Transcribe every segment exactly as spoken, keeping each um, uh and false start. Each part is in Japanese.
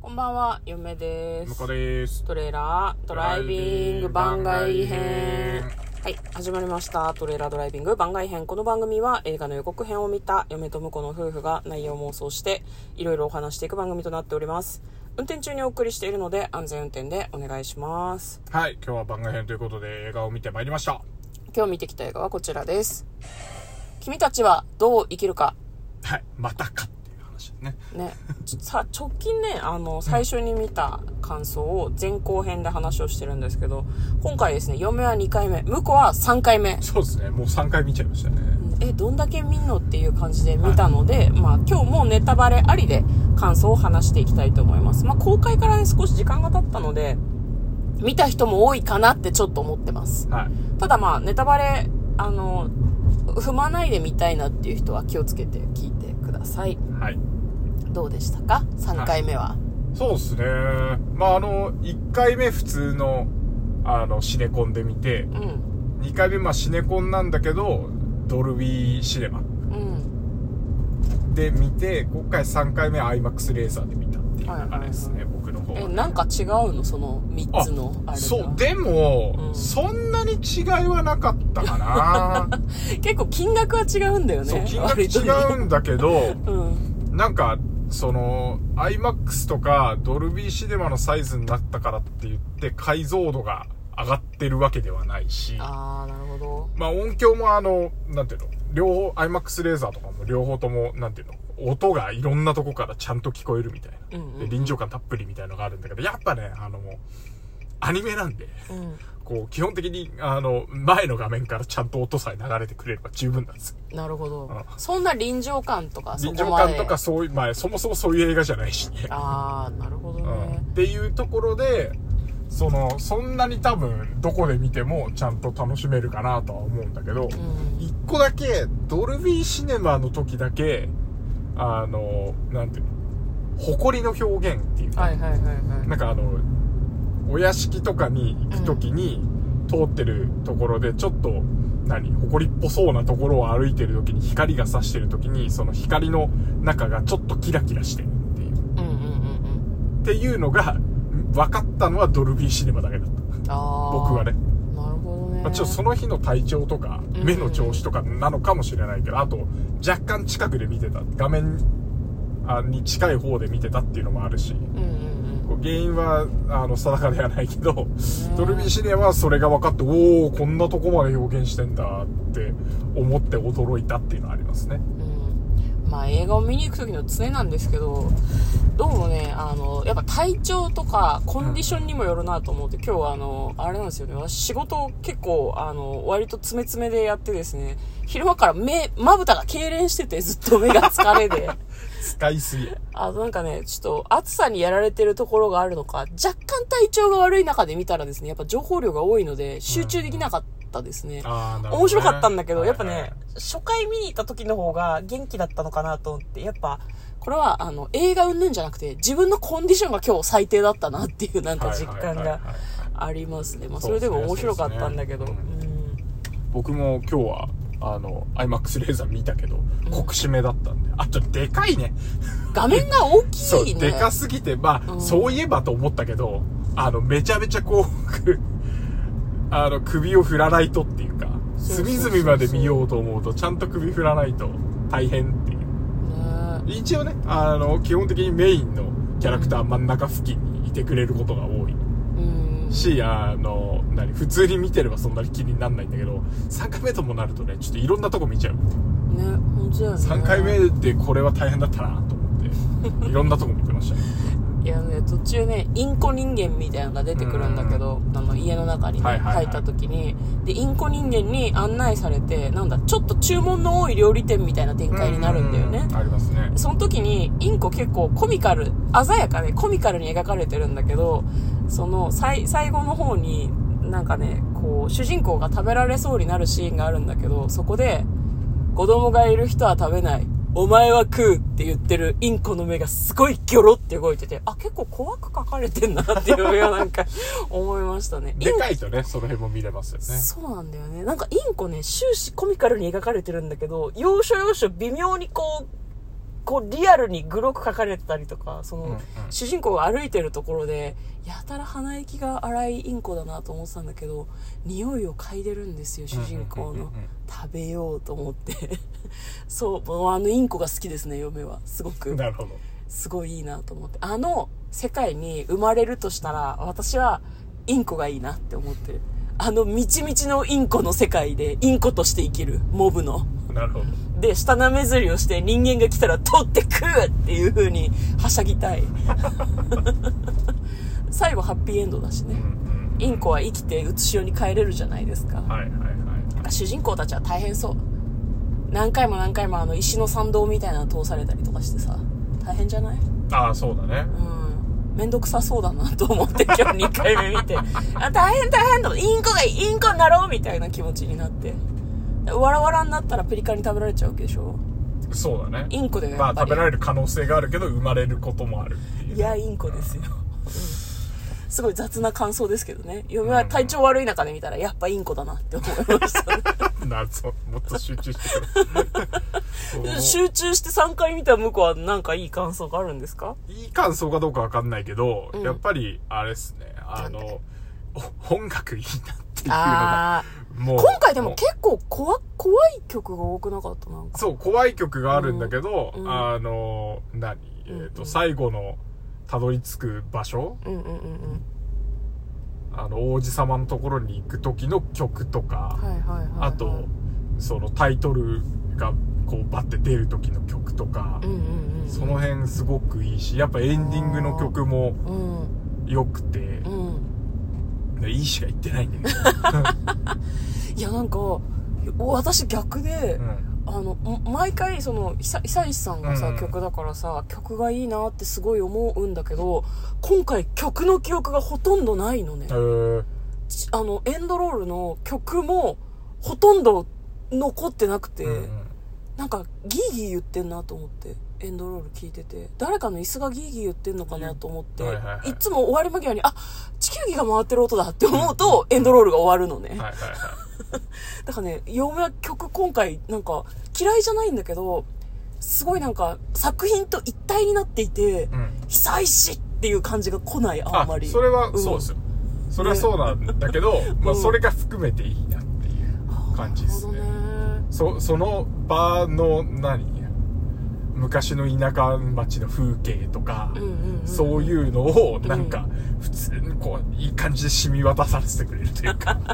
こんばんは、嫁です。 向こうです。 トレーラードライビング番外編。はい、始まりました。トレーラードライビング番外編。この番組は映画の予告編を見た嫁と婿の夫婦が内容妄想していろいろお話していく番組となっております。運転中にお送りしているので安全運転でお願いします。 はい、今日は番外編ということで映画を見てまいりました。 今日見てきた映画はこちらです。君たちはどう生きるか。 はい、またかっていう話ね。 ね、さ直近ねあの最初に見た感想を前後編で話をしてるんですけど、今回ですね、嫁はにかいめ、婿はさんかいめ。 そうですね、もうさんかい見ちゃいましたね。 えどんだけ見んのっていう感じで見たので、はい、まあ今日もネタバレありで感想を話していきたいと思います。まあ公開からね少し時間が経ったので見た人も多いかなってちょっと思ってます、はい、ただまあネタバレあの踏まないで見たいなっていう人は気をつけて聞いてください。 はい。 どうでしたかさんかいめは。はい、 そうですね、まああのいっかいめ普通のあのシネコンで見て、うん、にかいめまあシネコンなんだけどドルビーシネマ、うん、で見て、今回さんかいめ アイマックス レーザーで見たっていう流れですね、はいはいはい、僕の方は。 えなんか違うのそのみっつのあれが。 そうでも、うん、そんなに違いはなかったかな結構金額は違うんだよね。 そう金額違うんだけど、うん、なんかその アイマックス とかドルビーシネマのサイズになったからって言って解像度が上がってるわけではないし、 あーなるほど。 まあ音響もあのなんていうの、両方 アイマックス レーザーとかも両方ともなんていうの、音がいろんなとこからちゃんと聞こえるみたいな、うんうんうん、で臨場感たっぷりみたいなのがあるんだけど、やっぱねあのもうアニメなんで、うん、こう基本的にあの前の画面からちゃんと音さえ流れてくれれば十分なんですよ。 なるほど、うん、そんな臨場感とかそこまで臨場感とかそういう、まあそもそもそういう映画じゃないしね。 ああなるほどね、 うん、っていうところでそのそんなに多分どこで見てもちゃんと楽しめるかなとは思うんだけど、一、うん、個だけドルビーシネマの時だけあのなんていうの、埃の表現っていうか、はいはいはいはい、なんかあのお屋敷とかに行く時に、うん、通ってるところでちょっと何埃っぽそうなところを歩いてる時に光が差してる時にその光の中がちょっとキラキラしてるっていう、うんうんうんうん、っていうのが分かったのはドルビーシネマだけだった。あ僕はね。 なるほどね。 まあ、ちょっとその日の体調とか目の調子とかなのかもしれないけど、うんうん、あと若干近くで見てた、画面に近い方で見てたっていうのもあるし、うんうんうん、原因はあの定かではないけど、ドルビーシネマはそれが分かって、おおこんなとこまで表現してんだって思って驚いたっていうのはありますね。 うん、まあ映画を見に行く時の常なんですけど、どうもねあのやっぱ体調とかコンディションにもよるなと思って、うん、今日はあのあれなんですよね、私仕事結構あの割と詰め詰めでやってですね、昼間から目まぶたが痙攣しててずっと目が疲れで使いすぎ。 あとなんかね、ちょっと暑さにやられてるところがあるのか、若干体調が悪い中で見たらですね、やっぱ情報量が多いので集中できなかったですね。うん、あー、なるほどね。面白かったんだけど、やっぱね、はいはい、初回見に行った時の方が元気だったのかなと思って、やっぱこれはあの映画云々じゃなくて自分のコンディションが今日最低だったなっていうなんか実感がありますね。まあそれでも面白かったんだけど、ねね、うん、 僕も今日はあの アイマックス レーザー見たけど酷締めだったんで、あとでかいね画面が大きいねそうでかすぎて、まあ、うん、そういえばと思ったけど、あのめちゃめちゃこうあの首を振らないとっていうか、隅々まで見ようと思うとちゃんと首振らないと大変っていう、ね、一応ねあの基本的にメインのキャラクター真ん中付近にいてくれることが多い、うん、しあの何普通に見てればそんなに気にならないんだけど、さんかいめともなるとねちょっといろんなとこ見ちゃうね。 本当だよね。 さんかいめでこれは大変だったなと思っていろんなとこ見てましたね。 いやね、途中ねインコ人間みたいなのが出てくるんだけど、あの家の中に、ねはいはいはい、入った時にでインコ人間に案内されて、なんだちょっと注文の多い料理店みたいな展開になるんだよね。 ありますね。 その時にインコ結構コミカル鮮やかでコミカルに描かれてるんだけど、その最最後の方になんかねこう主人公が食べられそうになるシーンがあるんだけど、そこで子供がいる人は食べない、お前は食うって言ってるインコの目がすごいギョロって動いてて、あ結構怖く描かれてんなっていう目をなんか思いましたね。 でかいとねその辺も見れますよね。 そうなんだよね。なんかインコね終始コミカルに描かれてるんだけど、要所要所微妙にこうこうリアルにグロく書かれてたりとか、その、 うんうん、 主人公が歩いてるところでやたら鼻息が荒いインコだなと思ってたんだけど、匂いを嗅いでるんですよ主人公の、うんうんうんうん、食べようと思ってそうあのインコが好きですね嫁は。すごくなるほど、 すごいいいなと思って、あの世界に生まれるとしたら私はインコがいいなって思ってる。あのみちみちのインコの世界でインコとして生きるモブの。 なるほど。 で、舌なめずりをして人間が来たら取って食うっていう風にはしゃぎたい。最後ハッピーエンドだしね。うんうん、インコは生きてうつしおに帰れるじゃないですか。 はいはいはい。 主人公たちは大変そう。何回も何回もあの石の参道みたいなの通されたりとかしてさ、大変じゃない？ ああ、そうだね。 うん。めんどくさそうだなと思って今日にかいめ見て、あ、大変大変と、インコがいい、インコになろうみたいな気持ちになって。わらわらになったらペリカンに食べられちゃうわけでしょ。 そうだね。 インコでまあ食べられる可能性があるけど生まれることもあるっていう。 いやインコですよ、うん、すごい雑な感想ですけどね。嫁は体調悪い中で見たらやっぱインコだなって思いましたね。 謎、もっと集中してくれ。 集中してさんかい見た向こうはなんかいい感想があるんですか？ いい感想かどうかわかんないけど、 うん、 やっぱりあれですね、あの音楽いいなっていうのがもう今回でも結構怖、怖い曲が多くなかった？なんかそう、怖い曲があるんだけど、 うん、 あの何、えーとうんうん、最後のたどり着く場所、 うんうんうんうん、 あの王子様のところに行く時の曲とか、 はいはいはいはい、 あとそのタイトルがこうバッて出る時の曲とか、 うんうんうんうん、その辺すごくいいし、やっぱエンディングの曲も良くて、うんうん、いいしか言ってないんだけどいやなんか私逆で、うん、あの毎回その久石さんがさ、うん、曲だからさ曲がいいなってすごい思うんだけど、今回曲の記憶がほとんどないのね。あのエンドロールの曲もほとんど残ってなくて、うんうん、なんかギーギー言ってんなと思ってエンドロール聞いてて、誰かの椅子がギーギー言ってんのかなと思って、はいはいはい、いつも終わり間際にあ地球儀が回ってる音だって思うと、うん、エンドロールが終わるのね、はいはいはいだからね、嫁は曲今回なんか嫌いじゃないんだけど、すごいなんか作品と一体になっていて、うん、久石っていう感じが来ない。あんまりあそれはそうですよ、うん、それはそうなんだけど、ね、まあそれが含めていいなっていう感じですね。そ, その場の何昔の田舎町の風景とか、うんうんうん、そういうのをなんか普通にこういい感じで染み渡させてくれるというか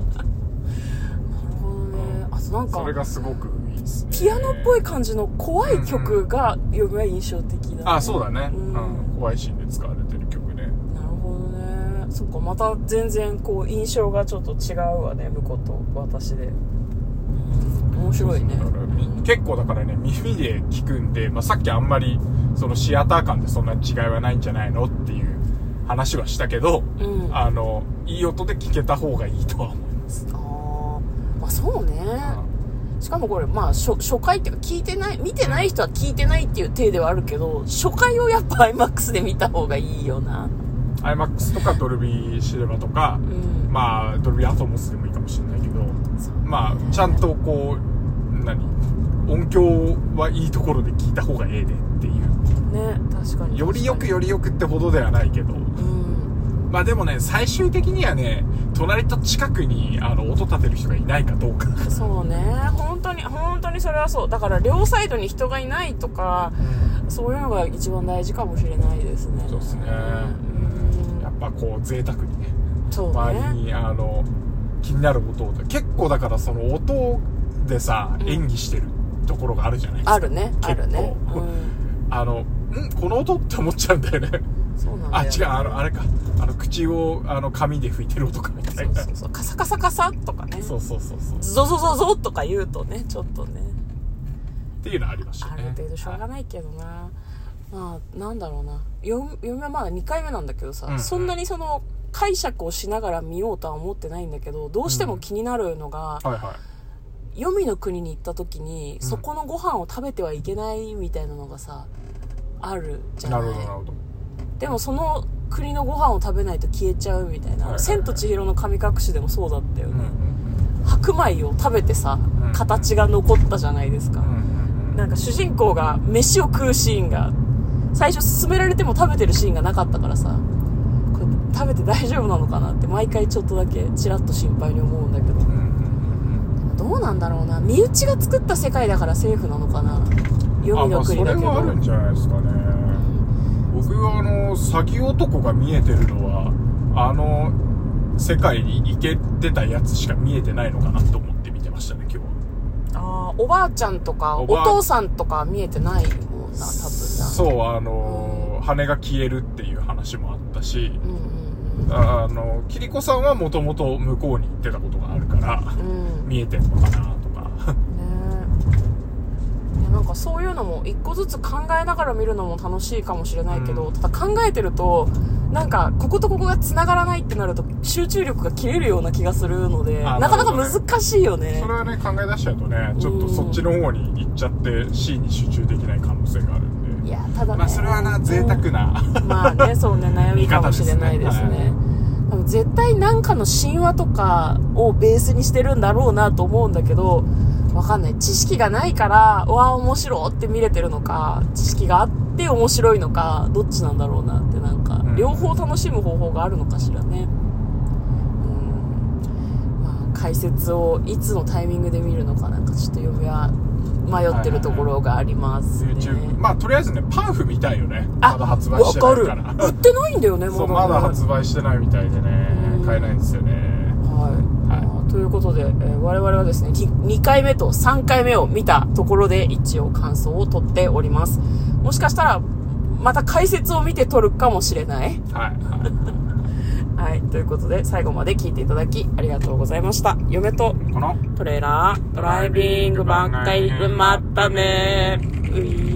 なんかそれがすごくいいですね。 ピアノっぽい感じの怖い曲が嫁は印象的だ、ね、 うんうん、あそうだね、うんうん、怖いシーンで使われてる曲ね。 なるほどね。そっか、また全然こう印象がちょっと違うわね、向こうと私で。面白いね。 結構だからね耳で聞くんで、まあ、さっきあんまりそのシアター感でそんな違いはないんじゃないのっていう話はしたけど、うん、あのいい音で聞けた方がいいとは思います。 まあそうね、うん、しかもこれまあ 初, 初回っていうか聞いてない見てない人は聞いてないっていう体ではあるけど、初回をやっぱ アイマックス で見た方がいいよな。 アイマックス とかドルビーシネマとか、うん、まあドルビーアトモスでもいいかもしれないけど、ね、まあちゃんとこう何音響はいいところで聞いた方がええでっていうね。確かによりよくよりよくってほどではないけど、うん、まあでもね最終的にはね隣と近くにあの音立てる人がいないかどうか。 そうね、本当に本当にそれはそう。だから両サイドに人がいないとか、うん、そういうのが一番大事かもしれないですね。 そうですね、うん、やっぱこう贅沢にね、そうね、周りにあの気になる音を結構だからその音でさ、うん、演技してるところがあるじゃないですか。 あるねあるね、うん、 あのんこの音って思っちゃうんだよね。 そうなんだよね。 あ違うあのあれかあの口をあの紙で拭いてる音かみたいな。 そうそうそうカサカサカサとかね。 そうそうそうそうゾゾゾゾとか言うとねちょっとねっていうのありましたね。 ある程度しょうがないけどな、はい、まあなんだろうな、読みはまだにかいめなんだけどさ、うんうん、そんなにその解釈をしながら見ようとは思ってないんだけど、どうしても気になるのが、うんはいはい、黄泉の国に行った時に、うん、そこのご飯を食べてはいけないみたいなのがさあるじゃない。 なるほどなるほど。 でもその国のご飯を食べないと消えちゃうみたいな、はいはいはい、千と千尋の神隠しでもそうだったよね、うんうんうん、白米を食べてさ、うんうん、形が残ったじゃないですか、うんうんうん、 なんか主人公が飯を食うシーンが最初勧められても食べてるシーンがなかったからさ、これ食べて大丈夫なのかなって毎回ちょっとだけチラッと心配に思うんだけど、うん、どうなんだろうな、身内が作った世界だからセーフなのかな、読みの国だけど。 あ、まあ、それはあるんじゃないですかね。僕はあの詐欺男が見えてるのはあの世界に行けてたやつしか見えてないのかなと思って見てましたね今日は。 あ、おばあちゃんとか お, お父さんとか見えてないもんな、多分な。 そう、あの、うん、羽が消えるっていう話もあったし、うんうんうん、あのキリコさんはもともと向こうに行ってたことがあるから、うん、見えてんのかなとかね。 なんかそういうのも一個ずつ考えながら見るのも楽しいかもしれないけど、うん、ただ考えてるとなんかこことここが繋がらないってなると集中力が切れるような気がするので、なかなか難しいよね。 それはね、考え出しちゃうとね、ちょっとそっちの方に行っちゃって C に集中できない可能性があるんで。 いや、ただね、 まあそれはな、贅沢な、 うん、まあね、そうね、悩みかもしれないですね。はい、絶対なんかの神話とかをベースにしてるんだろうなと思うんだけど、わかんない。知識がないから、うわ、面白って見れてるのか、知識があって面白いのか、どっちなんだろうなって、なんか、両方楽しむ方法があるのかしらね。うん。まあ、解説をいつのタイミングで見るのかなんか、ちょっと読みは迷ってるところがありますね。 はいはいはい、YouTube。まあ、とりあえずね、パンフ見たいよね。まだ発売してないから。 わかる。売ってないんだよね、まだ。 そう、まだ発売してないみたいでね、買えないんですよね。 はい。ということで、えー、我々はですね、にかいめとさんかいめを見たところで一応感想を取っております。もしかしたら、また解説を見て撮るかもしれない。はい。はい。ということで、最後まで聞いていただきありがとうございました。嫁とこのトレーラードライビングばっかり、まったねー。うい